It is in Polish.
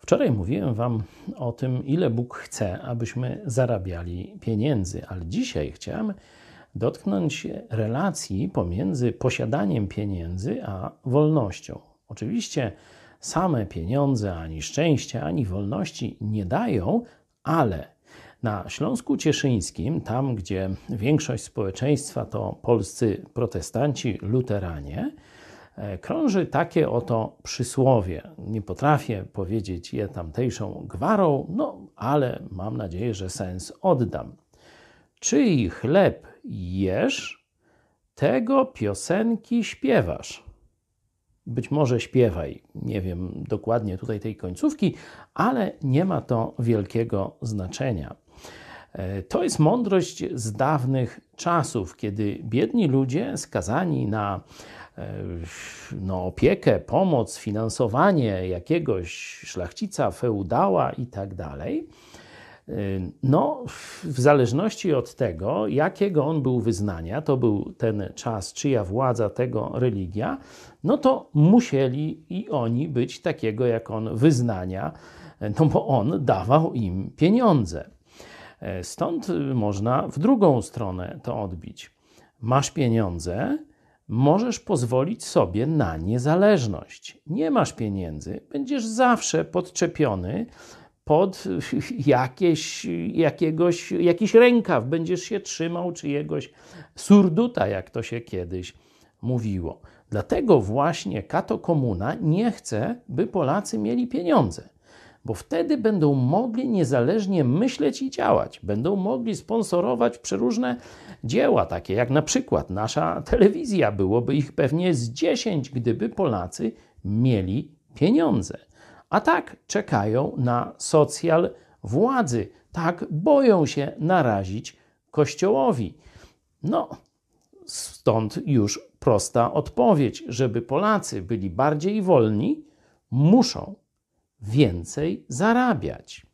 Wczoraj mówiłem Wam o tym, ile Bóg chce, abyśmy zarabiali pieniędzy, ale dzisiaj chciałem dotknąć relacji pomiędzy posiadaniem pieniędzy a wolnością. Oczywiście same pieniądze ani szczęścia, ani wolności nie dają, ale na Śląsku Cieszyńskim, tam gdzie większość społeczeństwa to polscy protestanci, luteranie, krąży takie oto przysłowie. Nie potrafię powiedzieć je tamtejszą gwarą, ale mam nadzieję, że sens oddam. Czyj chleb jesz, tego piosenki śpiewasz. Być może śpiewaj, nie wiem dokładnie tutaj tej końcówki, ale nie ma to wielkiego znaczenia. To jest mądrość z dawnych czasów, kiedy biedni ludzie skazani na opiekę, pomoc, finansowanie jakiegoś szlachcica, feudała i tak dalej, w zależności od tego, jakiego on był wyznania, to był ten czas, czyja władza, tego religia, to musieli i oni być takiego, jak on wyznania, bo on dawał im pieniądze. Stąd można w drugą stronę to odbić. Masz pieniądze, możesz pozwolić sobie na niezależność. Nie masz pieniędzy, będziesz zawsze podczepiony pod jakiś rękaw, będziesz się trzymał czyjegoś surduta, jak to się kiedyś mówiło. Dlatego właśnie Kato Komuna nie chce, by Polacy mieli pieniądze, bo wtedy będą mogli niezależnie myśleć i działać. Będą mogli sponsorować przeróżne dzieła, takie jak na przykład nasza telewizja. Byłoby ich pewnie z 10, gdyby Polacy mieli pieniądze. A tak czekają na socjal władzy. Tak boją się narazić Kościołowi. Stąd już prosta odpowiedź. Żeby Polacy byli bardziej wolni, muszą więcej zarabiać.